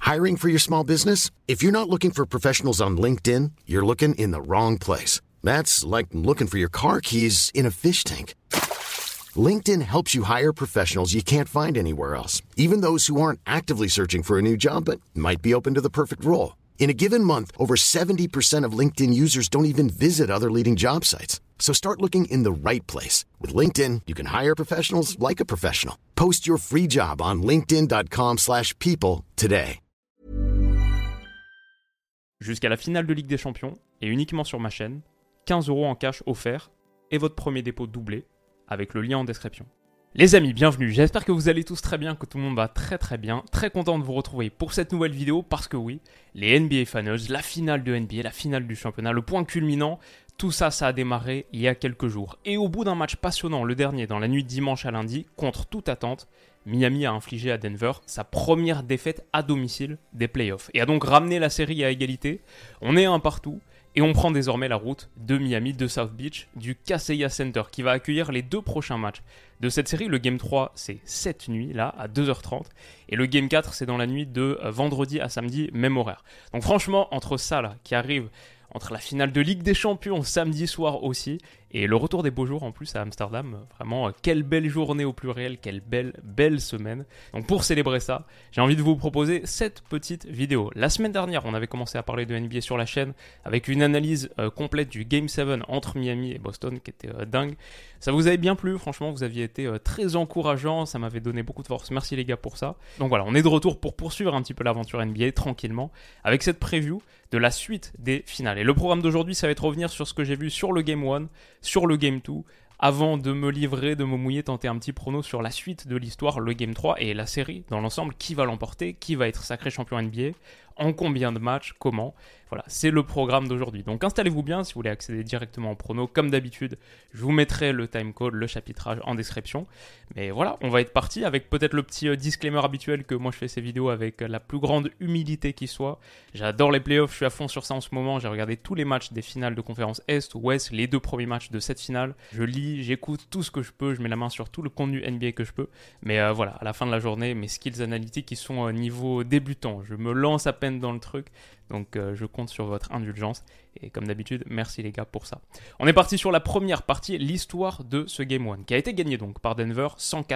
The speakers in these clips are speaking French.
Hiring for your small business? If you're not looking for professionals on LinkedIn, you're looking in the wrong place. That's like looking for your car keys in a fish tank. LinkedIn helps you hire professionals you can't find anywhere else, even those who aren't actively searching for a new job but might be open to the perfect role. In a given month, over 70% of LinkedIn users don't even visit other leading job sites. So start looking in the right place. With LinkedIn, you can hire professionals like a professional. Post your free job on linkedin.com/people today. Jusqu'à la finale de Ligue des Champions, et uniquement sur ma chaîne, 15 € en cash offert et votre premier dépôt doublé, avec le lien en description. Les amis, bienvenue, j'espère que vous allez tous très bien, que tout le monde va très bien, très content de vous retrouver pour cette nouvelle vidéo parce que oui, les NBA Finals, la finale de NBA, la finale du championnat, le point culminant, tout ça, ça a démarré il y a quelques jours. Et au bout d'un match passionnant, le dernier, dans la nuit de dimanche à lundi, contre toute attente, Miami a infligé à Denver sa première défaite à domicile des playoffs et a donc ramené la série à égalité. On est un partout. Et on prend désormais la route de Miami, de South Beach, du Kaseya Center, qui va accueillir les deux prochains matchs de cette série. Le Game 3, c'est cette nuit, là, à 2h30. Et le Game 4, c'est dans la nuit de vendredi à samedi, même horaire. Donc franchement, entre ça, là, qui arrive, entre la finale de Ligue des Champions, samedi soir aussi, et le retour des beaux jours en plus à Amsterdam, vraiment, quelle belle journée au pluriel, quelle belle semaine. Donc pour célébrer ça, j'ai envie de vous proposer cette petite vidéo. La semaine dernière, on avait commencé à parler de NBA sur la chaîne avec une analyse complète du Game 7 entre Miami et Boston qui était dingue. Ça vous avait bien plu, franchement, vous aviez été très encourageant, ça m'avait donné beaucoup de force. Merci les gars pour ça. Donc voilà, on est de retour pour poursuivre un petit peu l'aventure NBA tranquillement avec cette preview de la suite des finales. Et le programme d'aujourd'hui, ça va être revenir sur ce que j'ai vu sur le Game 1, sur le Game 2, avant de me livrer, de me mouiller, tenter un petit prono sur la suite de l'histoire, le Game 3 et la série dans l'ensemble, qui va l'emporter, qui va être sacré champion NBA, en combien de matchs, comment. Voilà, c'est le programme d'aujourd'hui. Donc installez-vous bien si vous voulez accéder directement au prono. Comme d'habitude, je vous mettrai le timecode, le chapitrage en description. Mais voilà, on va être parti avec peut-être le petit disclaimer habituel que moi je fais ces vidéos avec la plus grande humilité qui soit. J'adore les playoffs, je suis à fond sur ça en ce moment. J'ai regardé tous les matchs des finales de conférence Est ou Ouest, les deux premiers matchs de cette finale. Je lis, j'écoute tout ce que je peux, je mets la main sur tout le contenu NBA que je peux. Mais voilà, à la fin de la journée, mes skills analytiques ils sont niveau débutant. Je me lance à peine dans le truc. Donc je compte sur votre indulgence et comme d'habitude, merci les gars pour ça. On est parti sur la première partie, l'histoire de ce Game 1 qui a été gagné donc par Denver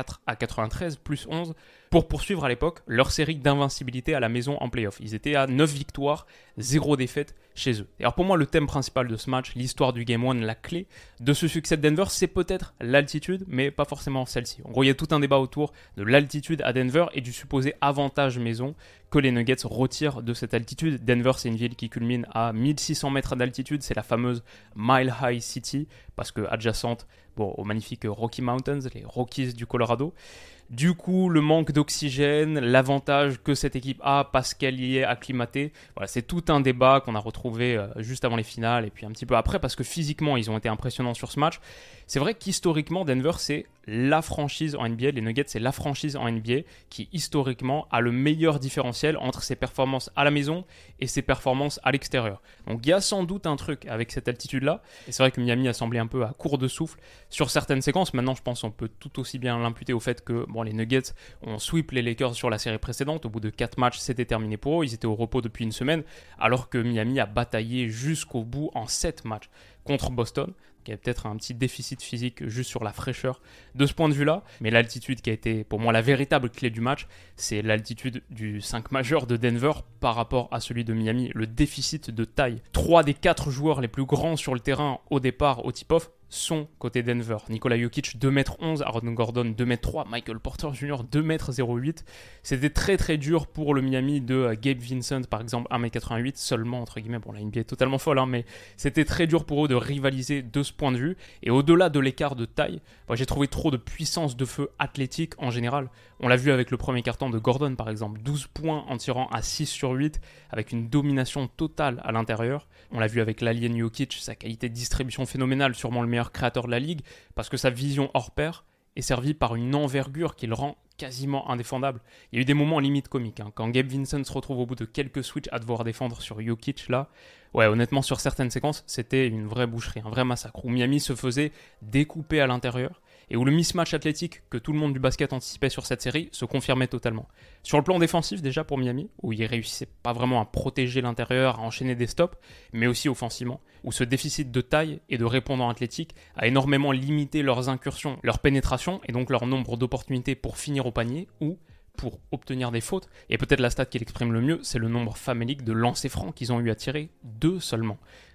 104-93 plus 11 pour poursuivre à l'époque leur série d'invincibilité à la maison en playoff. Ils étaient à 9 victoires, 0 défaites chez eux. Et alors pour moi, le thème principal de ce match, l'histoire du Game 1, la clé de ce succès de Denver, c'est peut-être l'altitude, mais pas forcément celle-ci. En gros, il y a tout un débat autour de l'altitude à Denver et du supposé avantage maison que les Nuggets retirent de cette altitude. Denver, c'est une ville qui culmine à 1600 mètres d'altitude, c'est la fameuse Mile High City, parce que adjacente aux magnifiques Rocky Mountains, les Rockies du Colorado. Du coup, le manque d'oxygène, l'avantage que cette équipe a parce qu'elle y est acclimatée, voilà, c'est tout un débat qu'on a retrouvé juste avant les finales et puis un petit peu après parce que physiquement, ils ont été impressionnants sur ce match. C'est vrai qu'historiquement, Denver, c'est la franchise en NBA, les Nuggets, c'est la franchise en NBA qui, historiquement, a le meilleur différentiel entre ses performances à la maison et ses performances à l'extérieur. Donc, il y a sans doute un truc avec cette altitude-là. Et c'est vrai que Miami a semblé un peu à court de souffle sur certaines séquences. Maintenant, je pense qu'on peut tout aussi bien l'imputer au fait que les Nuggets ont sweep les Lakers sur la série précédente. Au bout de 4 matchs, c'était terminé pour eux. Ils étaient au repos depuis une semaine, alors que Miami a bataillé jusqu'au bout en 7 matchs contre Boston. Il y a peut-être un petit déficit physique juste sur la fraîcheur de ce point de vue-là. Mais l'altitude qui a été pour moi la véritable clé du match, c'est l'altitude du 5 majeur de Denver par rapport à celui de Miami. Le déficit de taille. 3 des 4 joueurs les plus grands sur le terrain au départ, au tip-off, sont côté Denver. Nikola Jokic 2m11, Aaron Gordon 2m3, Michael Porter Jr. 2m08. C'était très dur pour le Miami de Gabe Vincent par exemple 1m88 seulement entre guillemets. Bon, la NBA est totalement folle mais c'était très dur pour eux de rivaliser de ce point de vue. Et au-delà de l'écart de taille, j'ai trouvé trop de puissance de feu athlétique en général. On l'a vu avec le premier carton de Gordon par exemple, 12 points en tirant à 6 sur 8 avec une domination totale à l'intérieur. On l'a vu avec l'alien Jokic, sa qualité de distribution phénoménale, sûrement le meilleur créateur de la ligue, parce que sa vision hors pair est servie par une envergure qui le rend quasiment indéfendable. Il y a eu des moments limite comiques, quand Gabe Vincent se retrouve au bout de quelques switches à devoir défendre sur Jokic là, honnêtement sur certaines séquences, c'était une vraie boucherie, un vrai massacre, où Miami se faisait découper à l'intérieur, et où le mismatch athlétique que tout le monde du basket anticipait sur cette série se confirmait totalement. Sur le plan défensif déjà pour Miami, où ils réussissaient pas vraiment à protéger l'intérieur, à enchaîner des stops, mais aussi offensivement, où ce déficit de taille et de répondant athlétique a énormément limité leurs incursions, leur pénétration et donc leur nombre d'opportunités pour finir au panier ou pour obtenir des fautes. Et peut-être la stat qui l'exprime le mieux, c'est le nombre famélique de lancers francs qu'ils ont eu à tirer, 2 seulement.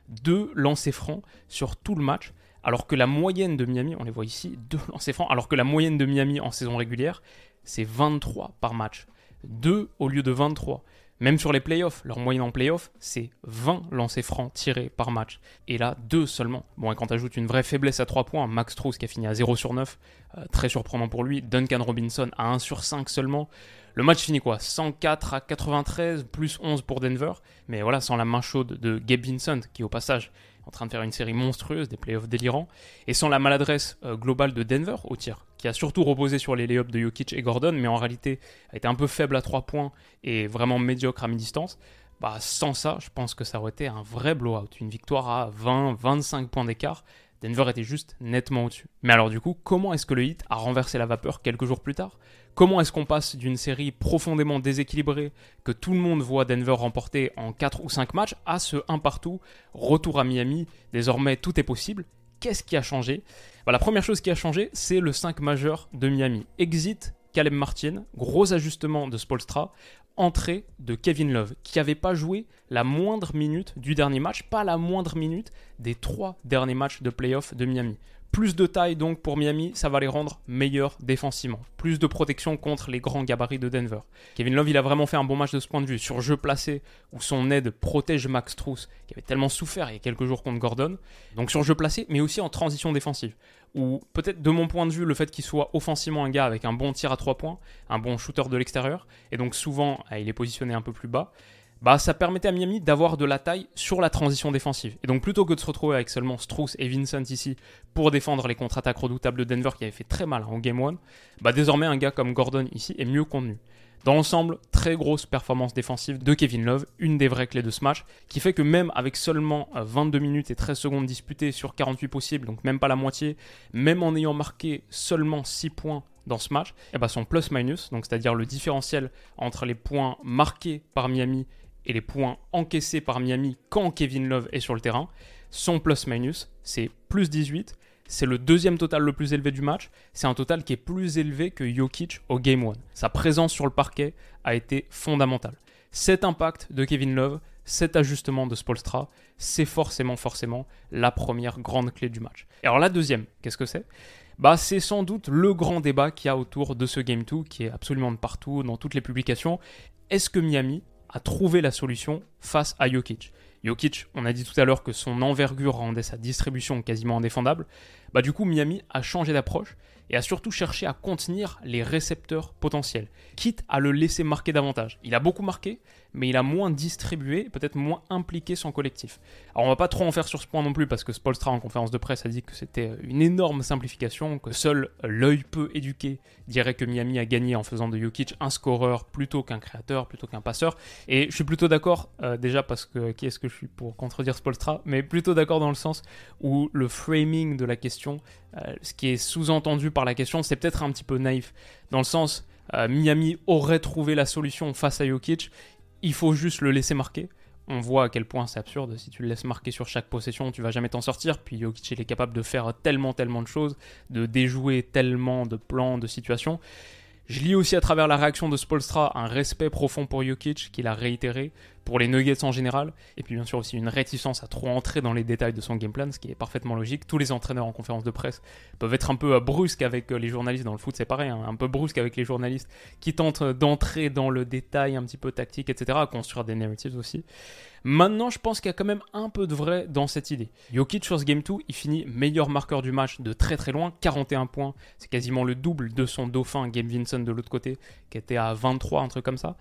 2 lancers francs sur tout le match, alors que la moyenne de Miami, on les voit ici, 2 lancers francs, alors que la moyenne de Miami en saison régulière, c'est 23 par match. 2 au lieu de 23. Même sur les playoffs, leur moyenne en playoffs, c'est 20 lancers francs tirés par match. Et là, 2 seulement. Bon, et quand tu ajoutes une vraie faiblesse à 3 points, Max Strus qui a fini à 0 sur 9, très surprenant pour lui, Duncan Robinson à 1 sur 5 seulement. Le match finit quoi ? 104 à 93, plus 11 pour Denver. Mais voilà, sans la main chaude de Gabe Vincent, qui au passage est en train de faire une série monstrueuse, des playoffs délirants. Et sans la maladresse globale de Denver au tir, qui a surtout reposé sur les layups de Jokic et Gordon, mais en réalité a été un peu faible à 3 points et vraiment médiocre à mi-distance. Sans ça, je pense que ça aurait été un vrai blowout. Une victoire à 20-25 points d'écart. Denver était juste nettement au-dessus. Mais alors du coup, comment est-ce que le Heat a renversé la vapeur quelques jours plus tard ? Comment est-ce qu'on passe d'une série profondément déséquilibrée que tout le monde voit Denver remporter en 4 ou 5 matchs à ce 1 partout, retour à Miami, désormais tout est possible ? Qu'est-ce qui a changé ? La première chose qui a changé, c'est le 5 majeur de Miami. Exit Caleb Martin, gros ajustement de Spoelstra, entrée de Kevin Love, qui n'avait pas joué la moindre minute du dernier match, pas la moindre minute des 3 derniers matchs de playoff de Miami. Plus de taille donc pour Miami, ça va les rendre meilleurs défensivement. Plus de protection contre les grands gabarits de Denver. Kevin Love, il a vraiment fait un bon match de ce point de vue. Sur jeu placé, où son aide protège Max Strus, qui avait tellement souffert il y a quelques jours contre Gordon. Donc sur jeu placé, mais aussi en transition défensive. Ou peut-être de mon point de vue, le fait qu'il soit offensivement un gars avec un bon tir à 3 points, un bon shooter de l'extérieur, et donc souvent il est positionné un peu plus bas, ça permettait à Miami d'avoir de la taille sur la transition défensive. Et donc plutôt que de se retrouver avec seulement Strus et Vincent ici pour défendre les contre-attaques redoutables de Denver qui avaient fait très mal en Game 1, désormais un gars comme Gordon ici est mieux contenu. Dans l'ensemble, très grosse performance défensive de Kevin Love, une des vraies clés de ce match, qui fait que même avec seulement 22 minutes et 13 secondes disputées sur 48 possibles, donc même pas la moitié, même en ayant marqué seulement 6 points dans ce match, son plus-minus, donc c'est-à-dire le différentiel entre les points marqués par Miami et les points encaissés par Miami quand Kevin Love est sur le terrain, son plus-minus, c'est plus 18. C'est le deuxième total le plus élevé du match. C'est un total qui est plus élevé que Jokic au Game 1. Sa présence sur le parquet a été fondamentale. Cet impact de Kevin Love, cet ajustement de Spoelstra, c'est forcément la première grande clé du match. Et alors la deuxième, qu'est-ce que c'est ? C'est sans doute le grand débat qu'il y a autour de ce Game 2, qui est absolument de partout, dans toutes les publications. Est-ce que Miami a trouvé la solution face à Jokic ? Jokic, on a dit tout à l'heure que son envergure rendait sa distribution quasiment indéfendable. Du coup, Miami a changé d'approche et a surtout cherché à contenir les récepteurs potentiels, quitte à le laisser marquer davantage. Il a beaucoup marqué, mais il a moins distribué, peut-être moins impliqué son collectif. Alors on va pas trop en faire sur ce point non plus, parce que Spoelstra en conférence de presse a dit que c'était une énorme simplification, que seul l'œil peu éduqué dirait que Miami a gagné en faisant de Jokic un scoreur plutôt qu'un créateur, plutôt qu'un passeur. Et je suis plutôt d'accord, déjà parce que qui est-ce que je suis pour contredire Spoelstra, mais plutôt d'accord dans le sens où le framing de la question, ce qui est sous-entendu par la question, c'est peut-être un petit peu naïf, dans le sens Miami aurait trouvé la solution face à Jokic, il faut juste le laisser marquer. On voit à quel point c'est absurde, si tu le laisses marquer sur chaque possession, tu vas jamais t'en sortir, puis Jokic il est capable de faire tellement de choses, de déjouer tellement de plans, de situations. Je lis aussi à travers la réaction de Spoelstra un respect profond pour Jokic, qu'il a réitéré, pour les Nuggets en général, et puis bien sûr aussi une réticence à trop entrer dans les détails de son game plan, ce qui est parfaitement logique. Tous les entraîneurs en conférence de presse peuvent être un peu brusques avec les journalistes, dans le foot c'est pareil, un peu brusques avec les journalistes qui tentent d'entrer dans le détail un petit peu tactique, etc., à construire des narratives aussi. Maintenant, je pense qu'il y a quand même un peu de vrai dans cette idée. Jokic sur ce Game 2, il finit meilleur marqueur du match de très très loin, 41 points, c'est quasiment le double de son dauphin Gabe Vincent de l'autre côté, qui était à 23, un truc comme ça.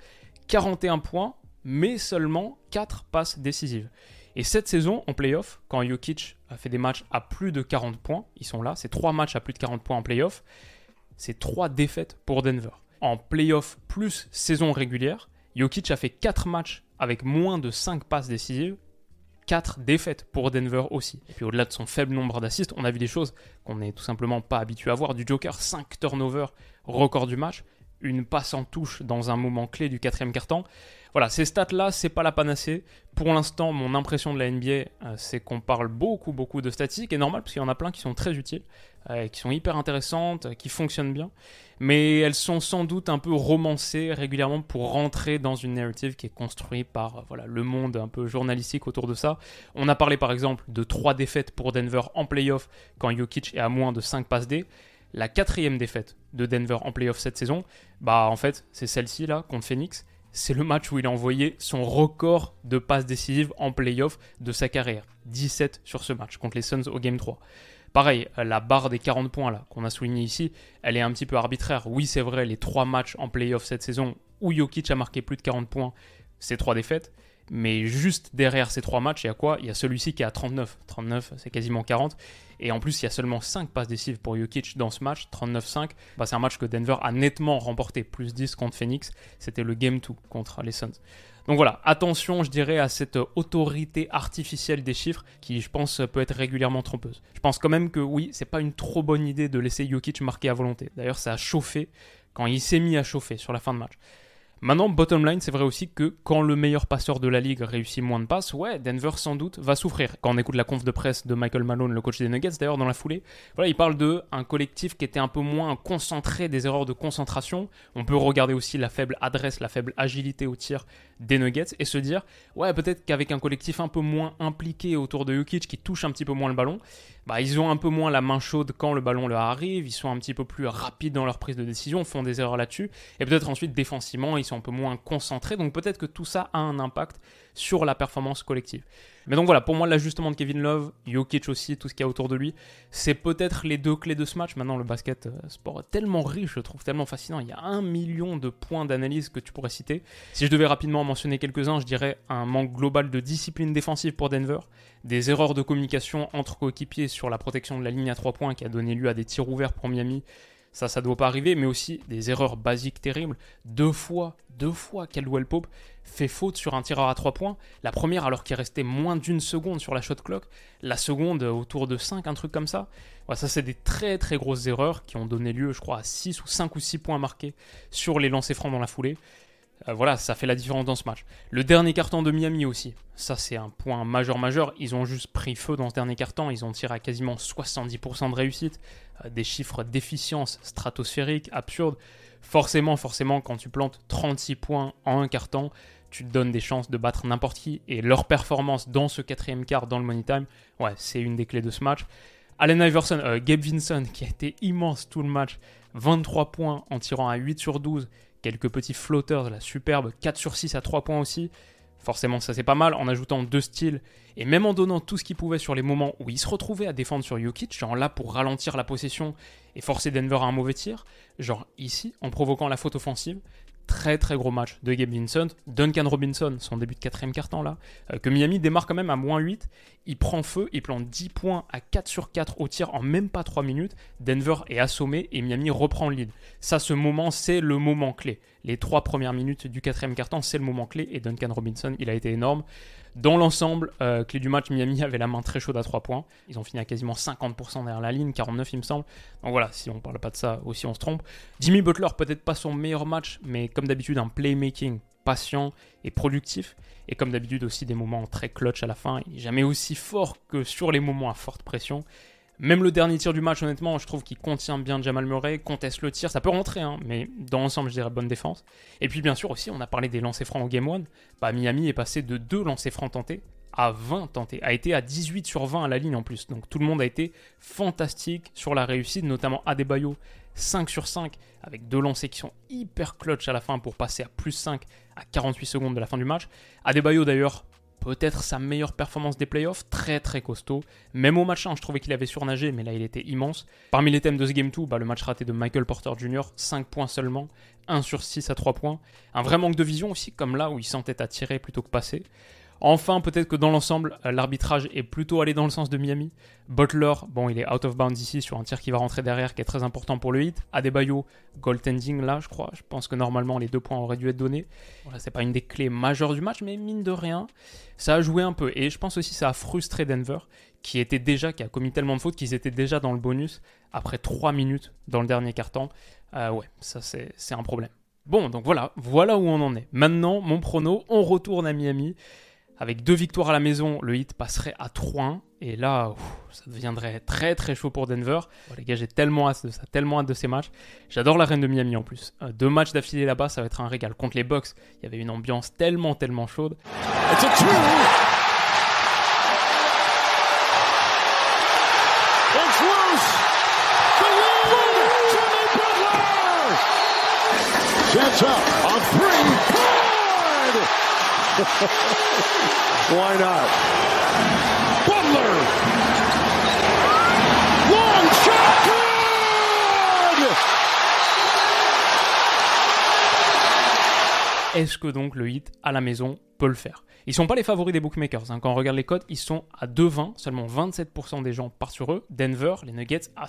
41 points, mais seulement 4 passes décisives. Et cette saison, en play-off, quand Jokic a fait des matchs à plus de 40 points, ils sont là, c'est 3 matchs à plus de 40 points en play-off, c'est 3 défaites pour Denver. En play-off plus saison régulière, Jokic a fait 4 matchs avec moins de 5 passes décisives, 4 défaites pour Denver aussi. Et puis au-delà de son faible nombre d'assists, on a vu des choses qu'on n'est tout simplement pas habitué à voir. Du Joker, 5 turnovers, record du match, une passe en touche dans un moment clé du 4e quart-temps. Voilà, ces stats-là, c'est pas la panacée. Pour l'instant, mon impression de la NBA, c'est qu'on parle beaucoup de statistiques, et normal, parce qu'il y en a plein qui sont très utiles, qui sont hyper intéressantes, qui fonctionnent bien, mais elles sont sans doute un peu romancées régulièrement pour rentrer dans une narrative qui est construite par le monde un peu journalistique autour de ça. On a parlé par exemple de 3 défaites pour Denver en playoff quand Jokic est à moins de 5 passes D. La 4e défaite de Denver en playoff cette saison, en fait, c'est celle-ci là, contre Phoenix. C'est le match où il a envoyé son record de passes décisives en playoff de sa carrière. 17 sur ce match contre les Suns au Game 3. Pareil, la barre des 40 points là qu'on a souligné ici, elle est un petit peu arbitraire. Oui, c'est vrai, les 3 matchs en playoff cette saison où Jokic a marqué plus de 40 points, c'est 3 défaites. Mais juste derrière ces 3 matchs, il y a quoi ? Il y a celui-ci qui est à 39. 39, c'est quasiment 40. Et en plus, il y a seulement 5 passes décisives pour Jokic dans ce match, 39-5. C'est un match que Denver a nettement remporté, plus 10 contre Phoenix. C'était le Game 2 contre les Suns. Donc voilà, attention, je dirais, à cette autorité artificielle des chiffres qui, je pense, peut être régulièrement trompeuse. Je pense quand même que oui, c'est pas une trop bonne idée de laisser Jokic marquer à volonté. D'ailleurs, ça a chauffé quand il s'est mis à chauffer sur la fin de match. Maintenant, bottom line, c'est vrai aussi que quand le meilleur passeur de la ligue réussit moins de passes, Denver sans doute va souffrir. Quand on écoute la conf de presse de Michael Malone, le coach des Nuggets, d'ailleurs dans la foulée, il parle d'un collectif qui était un peu moins concentré, des erreurs de concentration. On peut regarder aussi la faible adresse, la faible agilité au tir des Nuggets et se dire, peut-être qu'avec un collectif un peu moins impliqué autour de Jokic qui touche un petit peu moins le ballon, ils ont un peu moins la main chaude quand le ballon leur arrive, ils sont un petit peu plus rapides dans leur prise de décision, font des erreurs là-dessus, et peut-être ensuite défensivement, ils sont un peu moins concentrés, donc peut-être que tout ça a un impact sur la performance collective. Mais donc voilà, pour moi, l'ajustement de Kevin Love, Jokic aussi, tout ce qu'il y a autour de lui, c'est peut-être les 2 clés de ce match. Maintenant, le basket, sport tellement riche, je trouve, tellement fascinant. Il y a 1 million de points d'analyse que tu pourrais citer. Si je devais rapidement en mentionner quelques-uns, je dirais un manque global de discipline défensive pour Denver, des erreurs de communication entre coéquipiers sur la protection de la ligne à 3 points qui a donné lieu à des tirs ouverts pour Miami. Ça ne doit pas arriver, mais aussi des erreurs basiques terribles. 2 fois, Caldwell Pope fait faute sur un tireur à 3 points. La première alors qu'il restait moins d'1 seconde sur la shot clock. La seconde autour de 5, un truc comme ça. Ça, c'est des très très grosses erreurs qui ont donné lieu, je crois, à 5 ou 6 points marqués sur les lancers francs dans la foulée. Ça fait la différence dans ce match. Le dernier carton de Miami aussi, ça c'est un point majeur. Ils ont juste pris feu dans ce dernier carton, ils ont tiré à quasiment 70% de réussite, des chiffres d'efficience stratosphériques, absurdes. Forcément, quand tu plantes 36 points en un carton, tu te donnes des chances de battre n'importe qui, et leur performance dans ce 4e quart dans le money time, c'est une des clés de ce match. Allen Iverson, Gabe Vincent qui a été immense tout le match, 23 points en tirant à 8 sur 12, quelques petits flotters, la superbe, 4 sur 6 à 3 points aussi. Forcément, ça c'est pas mal, en ajoutant 2 steals, et même en donnant tout ce qu'il pouvait sur les moments où il se retrouvait à défendre sur Jokic, genre là pour ralentir la possession et forcer Denver à un mauvais tir, genre ici, en provoquant la faute offensive. Très très gros match de Gabe Vincent. Duncan Robinson, son début de 4e quart-temps là, que Miami démarre quand même à moins 8. Il prend feu, il plante 10 points à 4 sur 4 au tir en même pas 3 minutes. Denver est assommé et Miami reprend le lead. Ça, ce moment, c'est le moment clé. Les 3 premières minutes du 4e quart-temps, c'est le moment clé et Duncan Robinson, il a été énorme. Dans l'ensemble, clé du match, Miami avait la main très chaude à 3 points. Ils ont fini à quasiment 50% derrière la ligne, 49 il me semble. Donc voilà, si on ne parle pas de ça aussi, on se trompe. Jimmy Butler, peut-être pas son meilleur match, mais comme d'habitude, un playmaking patient et productif. Et comme d'habitude aussi des moments très clutch à la fin. Il n'est jamais aussi fort que sur les moments à forte pression. Même le dernier tir du match, honnêtement, je trouve qu'il contient bien Jamal Murray, conteste le tir, ça peut rentrer, mais dans l'ensemble, je dirais bonne défense. Et puis bien sûr aussi, on a parlé des lancers francs au Game 1. Miami est passé de 2 lancers francs tentés à 20 tentés, a été à 18 sur 20 à la ligne en plus. Donc tout le monde a été fantastique sur la réussite, notamment Adebayo, 5 sur 5, avec 2 lancers qui sont hyper clutch à la fin pour passer à plus 5 à 48 secondes de la fin du match. Adebayo d'ailleurs, peut-être sa meilleure performance des playoffs, très très costaud. Même au match 1, je trouvais qu'il avait surnagé, mais là il était immense. Parmi les thèmes de ce Game 2, le match raté de Michael Porter Jr., 5 points seulement, 1 sur 6 à 3 points. Un vrai manque de vision aussi, comme là où il s'entête à tirer plutôt que passer. Enfin, peut-être que dans l'ensemble, l'arbitrage est plutôt allé dans le sens de Miami. Butler, il est out of bounds ici sur un tir qui va rentrer derrière, qui est très important pour le Heat. Adebayo, goaltending là, je crois. Je pense que normalement, les 2 points auraient dû être donnés. Voilà, c'est pas une des clés majeures du match, mais mine de rien, ça a joué un peu. Et je pense aussi que ça a frustré Denver, qui a commis tellement de fautes qu'ils étaient déjà dans le bonus après 3 minutes dans le dernier quart-temps. Ça c'est un problème. Bon, donc voilà où on en est. Maintenant, mon prono, on retourne à Miami. Avec 2 victoires à la maison, le Heat passerait à 3-1. Et là, ça deviendrait très très chaud pour Denver. Les gars, j'ai tellement hâte de ça, tellement hâte de ces matchs. J'adore l'arène de Miami en plus. 2 matchs d'affilée là-bas, ça va être un régal. Contre les Bucks, il y avait une ambiance tellement chaude. It's a 2. It's loose. The lead. Jimmy Butler. Sets up on 3. Good. Why not? Butler. Long shot. Good. Est-ce que donc le Heat à la maison peut le faire ? Ils ne sont pas les favoris des bookmakers. Quand on regarde les cotes, ils sont à 2,20. Seulement 27% des gens partent sur eux. Denver, les Nuggets, à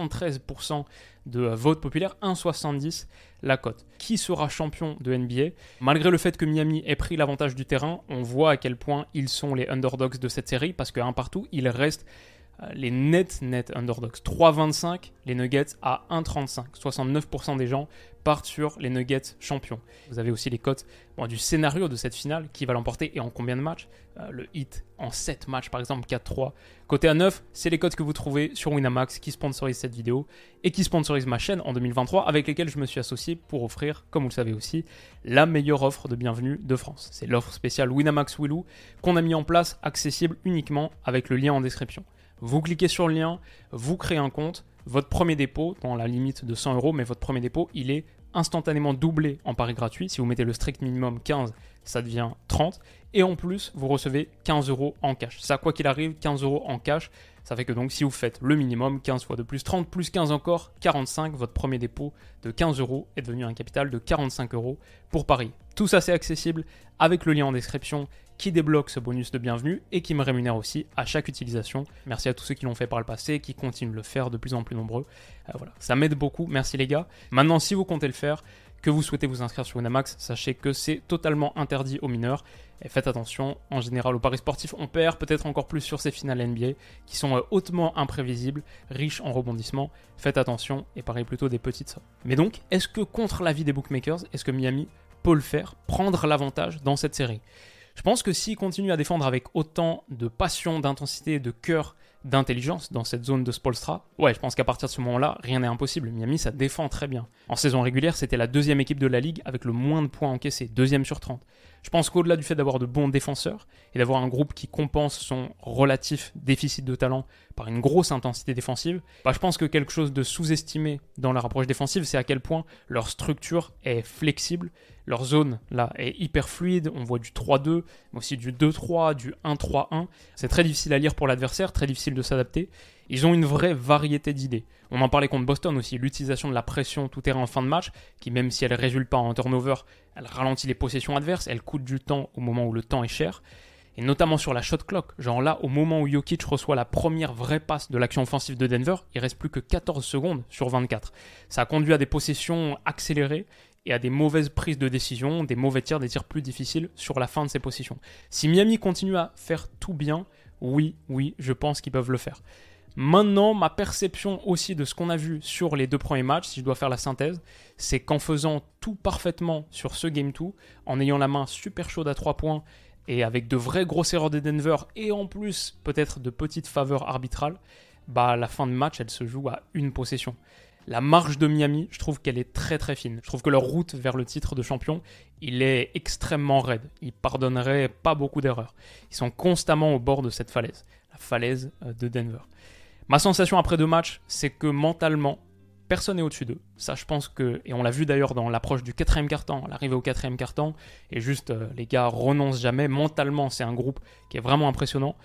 73% de vote populaire, 1,70 la cote. Qui sera champion de NBA ? Malgré le fait que Miami ait pris l'avantage du terrain, on voit à quel point ils sont les underdogs de cette série, parce qu'un partout, ils restent les net underdogs. 3,25, les Nuggets à 1,35. 69% des gens partent sur les Nuggets champions. Vous avez aussi les cotes du scénario de cette finale, qui va l'emporter et en combien de matchs. Le Heat en 7 matchs par exemple, 4-3. Côté à 9, c'est les cotes que vous trouvez sur Winamax qui sponsorise cette vidéo et qui sponsorise ma chaîne en 2023, avec lesquelles je me suis associé pour offrir, comme vous le savez aussi, la meilleure offre de bienvenue de France. C'est l'offre spéciale Winamax Willou qu'on a mis en place, accessible uniquement avec le lien en description. Vous cliquez sur le lien, vous créez un compte, votre premier dépôt, dans la limite de 100 €, mais votre premier dépôt, il est instantanément doublé en pari gratuit. Si vous mettez le strict minimum 15, ça devient 30. Et en plus, vous recevez 15 € en cash. Ça, quoi qu'il arrive, 15 € en cash. Ça fait que donc, si vous faites le minimum, 15 fois de plus 30, plus 15 encore, 45, votre premier dépôt de 15 € est devenu un capital de 45 € pour parier. Tout ça, c'est accessible avec le lien en description qui débloque ce bonus de bienvenue et qui me rémunère aussi à chaque utilisation. Merci à tous ceux qui l'ont fait par le passé et qui continuent de le faire de plus en plus nombreux. Voilà, ça m'aide beaucoup, merci les gars. Maintenant, si vous comptez le faire, que vous souhaitez vous inscrire sur Winamax, sachez que c'est totalement interdit aux mineurs. Et faites attention, en général au paris sportif, on perd peut-être encore plus sur ces finales NBA qui sont hautement imprévisibles, riches en rebondissements. Faites attention et pariez plutôt des petites sommes. Mais donc, est-ce que contre l'avis des bookmakers, est-ce que Miami peut le faire, prendre l'avantage dans cette série ? Je pense que s'il continue à défendre avec autant de passion, d'intensité, de cœur, d'intelligence dans cette zone de Spoelstra, je pense qu'à partir de ce moment-là, rien n'est impossible. Miami, ça défend très bien. En saison régulière, c'était la 2e équipe de la ligue avec le moins de points encaissés, 2e sur 30. Je pense qu'au-delà du fait d'avoir de bons défenseurs et d'avoir un groupe qui compense son relatif déficit de talent par une grosse intensité défensive, je pense que quelque chose de sous-estimé dans leur approche défensive, c'est à quel point leur structure est flexible. Leur zone, là, est hyper fluide. On voit du 3-2, mais aussi du 2-3, du 1-3-1. C'est très difficile à lire pour l'adversaire, très difficile de s'adapter. Ils ont une vraie variété d'idées. On en parlait contre Boston aussi, l'utilisation de la pression tout-terrain en fin de match, qui même si elle ne résulte pas en turnover, elle ralentit les possessions adverses, elle coûte du temps au moment où le temps est cher. Et notamment sur la shot clock, genre là, au moment où Jokic reçoit la première vraie passe de l'action offensive de Denver, il reste plus que 14 secondes sur 24. Ça a conduit à des possessions accélérées et à des mauvaises prises de décision, des mauvais tirs, des tirs plus difficiles sur la fin de ces possessions. Si Miami continue à faire tout bien, oui, je pense qu'ils peuvent le faire. Maintenant, ma perception aussi de ce qu'on a vu sur les 2 premiers matchs, si je dois faire la synthèse, c'est qu'en faisant tout parfaitement sur ce Game 2, en ayant la main super chaude à 3 points et avec de vraies grosses erreurs de Denver et en plus peut-être de petites faveurs arbitrales, la fin de match, elle se joue à une possession. La marge de Miami, je trouve qu'elle est très très fine. Je trouve que leur route vers le titre de champion, il est extrêmement raide. Ils pardonneraient pas beaucoup d'erreurs. Ils sont constamment au bord de cette falaise, la falaise de Denver. Ma sensation après 2 matchs, c'est que mentalement, personne n'est au-dessus d'eux. Ça, je pense que, et on l'a vu d'ailleurs dans l'approche du 4e quart-temps, l'arrivée au 4e quart-temps, et juste les gars renoncent jamais. Mentalement, c'est un groupe qui est vraiment impressionnant.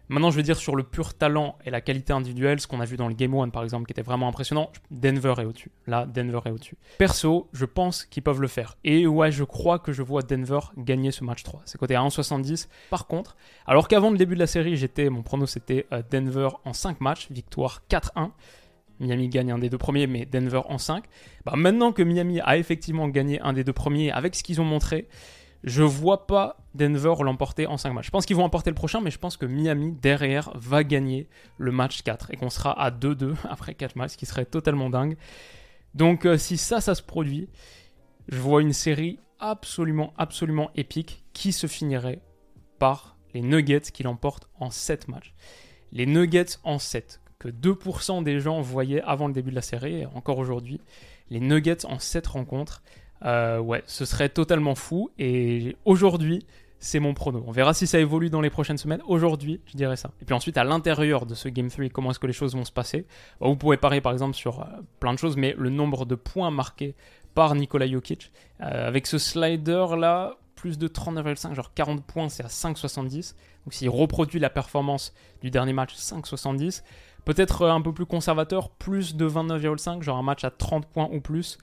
Maintenant, je veux dire sur le pur talent et la qualité individuelle, ce qu'on a vu dans le Game 1 par exemple, qui était vraiment impressionnant, Denver est au-dessus. Là, Denver est au-dessus. Perso, je pense qu'ils peuvent le faire. Et ouais, je crois que je vois Denver gagner ce match 3. C'est coté à 1,70. Par contre, alors qu'avant le début de la série, mon prono c'était Denver en 5 matchs, victoire 4-1. Miami gagne un des 2 premiers, mais Denver en 5. Maintenant que Miami a effectivement gagné un des 2 premiers avec ce qu'ils ont montré, je vois pas Denver l'emporter en 5 matchs. Je pense qu'ils vont emporter le prochain, mais je pense que Miami, derrière, va gagner le match 4 et qu'on sera à 2-2 après 4 matchs, ce qui serait totalement dingue. Donc, si ça se produit, je vois une série absolument épique qui se finirait par les Nuggets qui l'emportent en 7 matchs. Les Nuggets en 7, que 2% des gens voyaient avant le début de la série, et encore aujourd'hui, les Nuggets en 7 rencontres. Ouais, ce serait totalement fou. Et aujourd'hui, c'est mon prono. On verra si ça évolue dans les prochaines semaines. Aujourd'hui, je dirais ça. Et puis ensuite, à l'intérieur de ce Game 3, comment est-ce que les choses vont se passer ? Vous pouvez parier par exemple sur plein de choses, mais le nombre de points marqués par Nikola Jokic, avec ce slider-là, plus de 39,5, genre 40 points, c'est à 5,70. Donc s'il reproduit la performance du dernier match, 5,70. Peut-être un peu plus conservateur, plus de 29,5, genre un match à 30 points ou plus,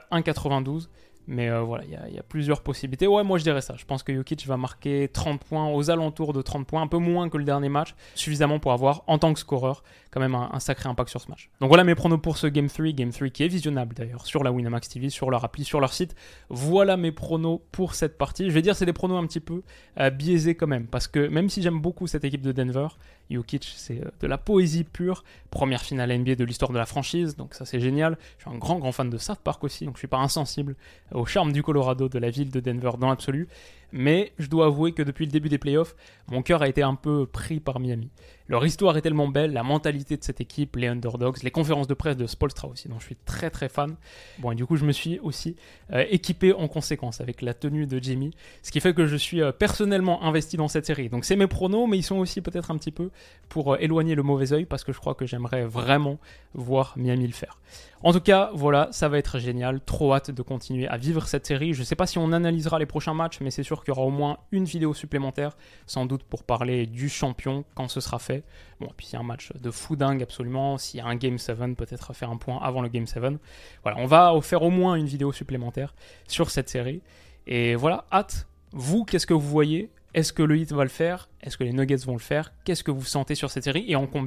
1,92. Mais voilà, il y a plusieurs possibilités. Ouais, moi je dirais ça. Je pense que Jokic va marquer 30 points, aux alentours de 30 points, un peu moins que le dernier match, suffisamment pour avoir, en tant que scoreur, quand même un sacré impact sur ce match. Donc voilà mes pronos pour ce Game 3 qui est visionnable d'ailleurs sur la Winamax TV, sur leur appli, sur leur site. Voilà mes pronos pour cette partie. Je vais dire c'est des pronos un petit peu biaisés quand même, parce que même si j'aime beaucoup cette équipe de Denver, Jokic c'est de la poésie pure, première finale NBA de l'histoire de la franchise, donc ça c'est génial. Je suis un grand fan de South Park aussi, donc je suis pas insensible au charme du Colorado, de la ville de Denver dans l'absolu, mais je dois avouer que depuis le début des playoffs, mon cœur a été un peu pris par Miami. Leur histoire est tellement belle, la mentalité de cette équipe, les underdogs, les conférences de presse de Spoelstra aussi, dont je suis très fan. Bon, et du coup, je me suis aussi équipé en conséquence avec la tenue de Jimmy, ce qui fait que je suis personnellement investi dans cette série. Donc c'est mes pronos, mais ils sont aussi peut-être un petit peu pour éloigner le mauvais œil, parce que je crois que j'aimerais vraiment voir Miami le faire. En tout cas, voilà, ça va être génial. Trop hâte de continuer à vivre cette série. Je ne sais pas si on analysera les prochains matchs, mais c'est sûr qu'il y aura au moins une vidéo supplémentaire, sans doute pour parler du champion quand ce sera fait. Bon, et puis il y a un match de fou dingue absolument. S'il y a un Game 7, peut-être faire un point avant le Game 7. Voilà, on va faire au moins une vidéo supplémentaire sur cette série. Et voilà, hâte. Vous, qu'est-ce que vous voyez ? Est-ce que le Heat va le faire ? Est-ce que les Nuggets vont le faire ? Qu'est-ce que vous sentez sur cette série et en combien ?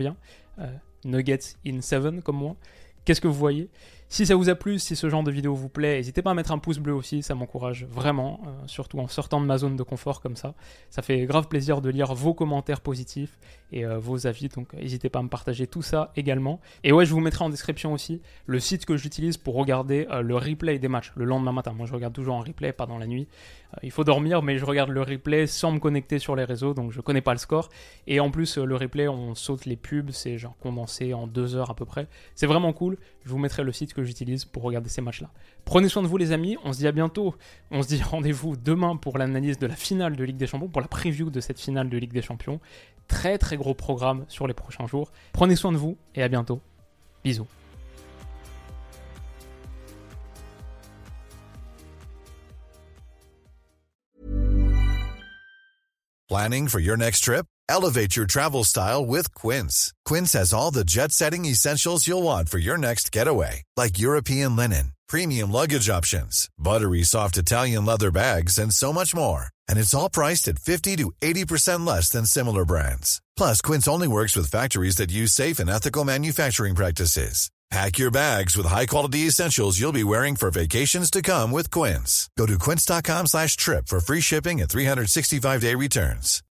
Nuggets in 7 comme moi. Qu'est-ce que vous voyez ? Si ça vous a plu, si ce genre de vidéo vous plaît, n'hésitez pas à mettre un pouce bleu aussi, ça m'encourage vraiment, surtout en sortant de ma zone de confort comme ça. Ça fait grave plaisir de lire vos commentaires positifs et vos avis, donc n'hésitez pas à me partager tout ça également. Et ouais, je vous mettrai en description aussi le site que j'utilise pour regarder le replay des matchs le lendemain matin. Moi je regarde toujours en replay, pas dans la nuit. Il faut dormir, mais je regarde le replay sans me connecter sur les réseaux, donc je connais pas le score. Et en plus, le replay, on saute les pubs, c'est genre condensé en 2 heures à peu près. C'est vraiment cool, je vous mettrai le site que j'utilise pour regarder ces matchs-là. Prenez soin de vous les amis, on se dit à bientôt. On se dit rendez-vous demain pour l'analyse de la finale de Ligue des Champions, pour la preview de cette finale de Ligue des Champions. Très gros programme sur les prochains jours. Prenez soin de vous et à bientôt. Bisous. Planning for your next trip? Elevate your travel style with Quince. Quince has all the jet-setting essentials you'll want for your next getaway, like European linen, premium luggage options, buttery soft Italian leather bags, and so much more. And it's all priced at 50 to 80% less than similar brands. Plus, Quince only works with factories that use safe and ethical manufacturing practices. Pack your bags with high-quality essentials you'll be wearing for vacations to come with Quince. Go to quince.com/trip for free shipping and 365-day returns.